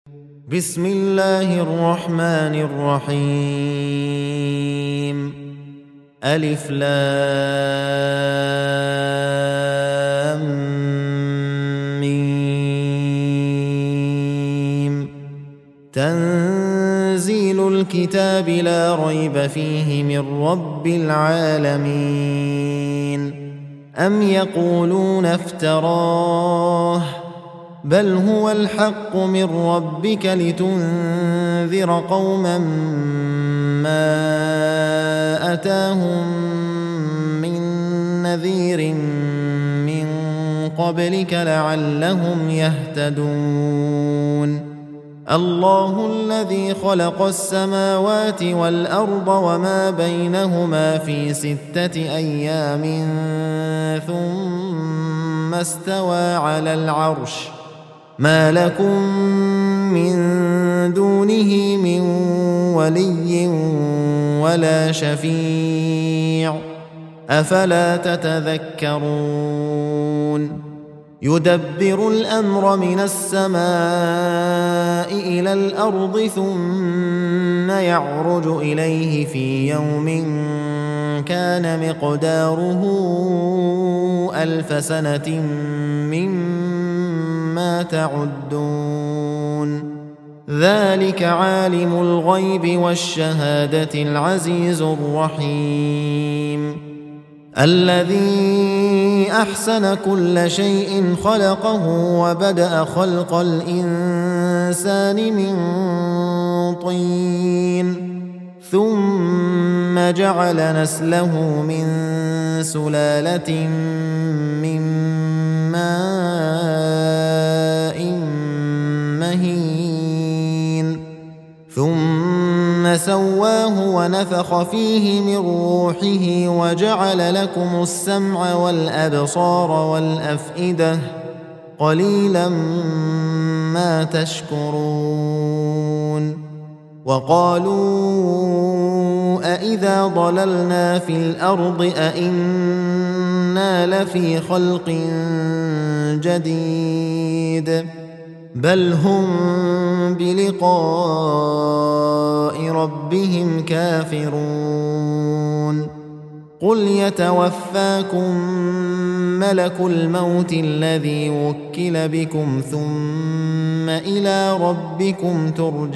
بسم الله الرحمن الرحيم ألف لام ميم تنزيل الكتاب لا ريب فيه من رب العالمين أم يقولون افتراه بل هو الحق من ربك لتنذر قوما ما أتاهم من نذير من قبلك لعلهم يهتدون الله الذي خلق السماوات والأرض وما بينهما في 6 أيام ثم استوى على العرش ما لكم من دونه من ولي ولا شفيع أفلا تتذكرون يدبر الأمر من السماء إلى الأرض ثم يعرج إليه في يوم كان مقداره 1000 سنة مما تعدون ذلك عالم الغيب والشهادة العزيز الرحيم الذي أحسن كل شيء خلقه وبدأ خلق الإنسان من طين ثم جعل نسله من سلالة من ماء مهين ثم سواه ونفخ فيه من روحه وجعل لكم السمع والأبصار والأفئدة قليلا ما تشكرون وقالوا أإذا ضللنا في الأرض أإنا لفي خلق جديد بل هم بلقاء ربهم كافرون قل يتوفاكم ملك الموت الذي وكل بكم ثم إلى ربكم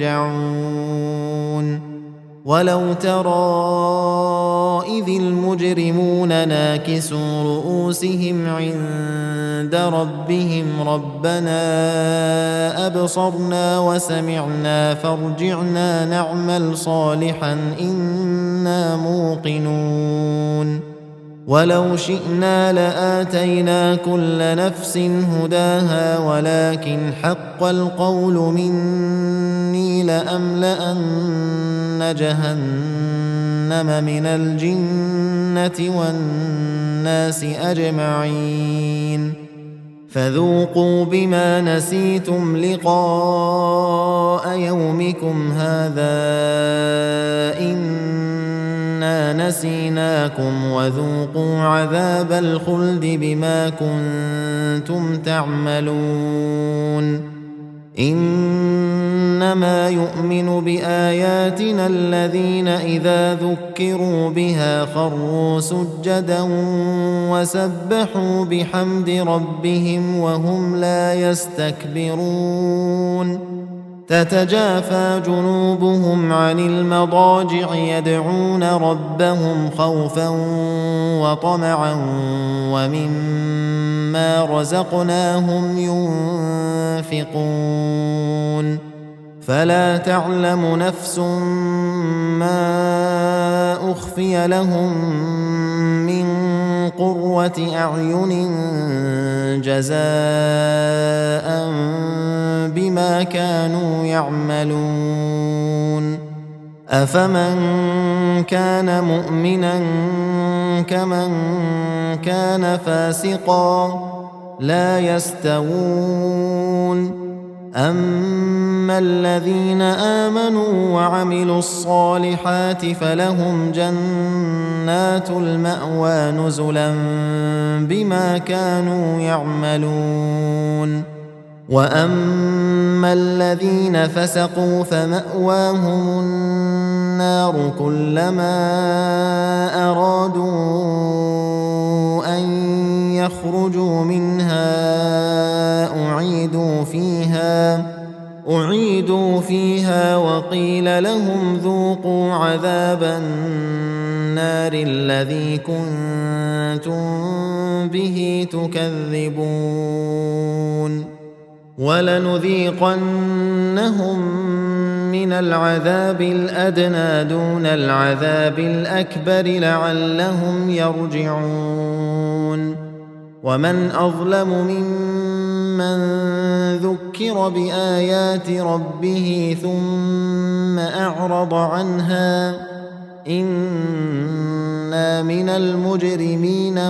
ترجعون ولو ترى إذ المجرمون ناكسوا رؤوسهم عند ربهم ربنا أبصرنا وسمعنا فارجعنا نعمل صالحا إنا موقنون ولو شئنا لآتينا كل نفس هداها ولكن حق القول مني لأملأن جهنم من الجنة والناس أجمعين فذوقوا بما نسيتم لقاء يومكم هذا إنا نسيناكم وذوقوا عذاب الخلد بما كنتم تعملون إنما يؤمن بآياتنا الذين إذا ذكروا بها خروا سجدا وسبحوا بحمد ربهم وهم لا يستكبرون تتجافى جنوبهم عن المضاجع يدعون ربهم خوفا وطمعا ومما رزقناهم ينفقون فلا تعلم نفس ما أخفي لهم من قرة أعين جزاء بما كانوا يعملون أفمن كان مؤمنا كمن كان فاسقا لا يستوون أما الذين آمنوا وعملوا الصالحات فلهم جنات المأوى نزلا بما كانوا يعملون وأما الذين فسقوا فمأواهم النار كلما أرادوا أن يخرجوا منها أعيدوا فيها وقيل لهم ذوقوا عذاب النار الذي كنتم به تكذبون ولنذيقنهم من العذاب الأدنى دون العذاب الأكبر لعلهم يرجعون ومن أظلم ممن ذكر بآيات ربه ثم أعرض عنها إنا من المجرمين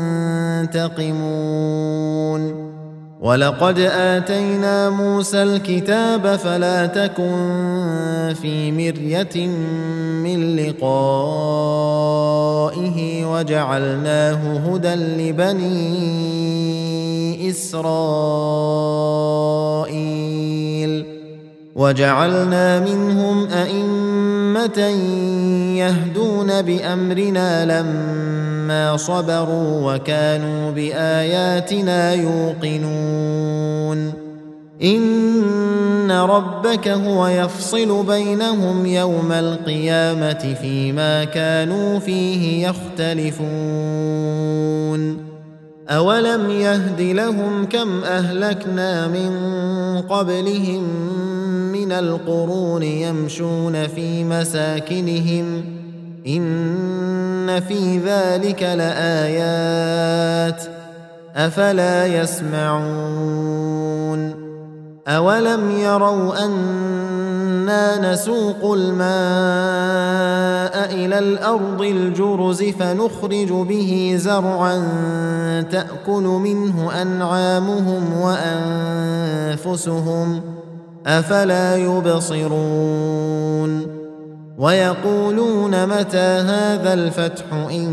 منتقمون ولقد آتينا موسى الكتاب فلا تكن في مرية من لقائه وجعلناه هدى لبني إسرائيل وجعلنا منهم أئمة يهدون بأمرنا لما صبروا وكانوا بآياتنا يوقنون إن ربك هو يفصل بينهم يوم القيامة فيما كانوا فيه يختلفون أولم يهد لهم كم أهلكنا من قبلهم من القرون يمشون في مساكنهم إن في ذلك لآيات أفلا يسمعون أولم يروا أنا نسوق الماء إلى الأرض الجرز فنخرج به زرعا تأكل منه أنعامهم وأنفسهم أفلا يبصرون ويقولون متى هذا الفتح إن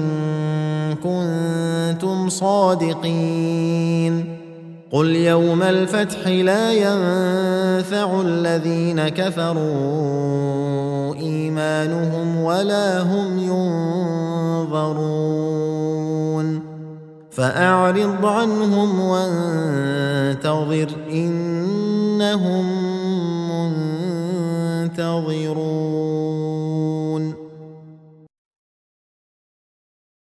كنتم صادقين قل يوم الفتح لا ينفع الذين كفروا إيمانهم ولا هم ينظرون فأعرض عنهم وانتظر إنهم منتظرون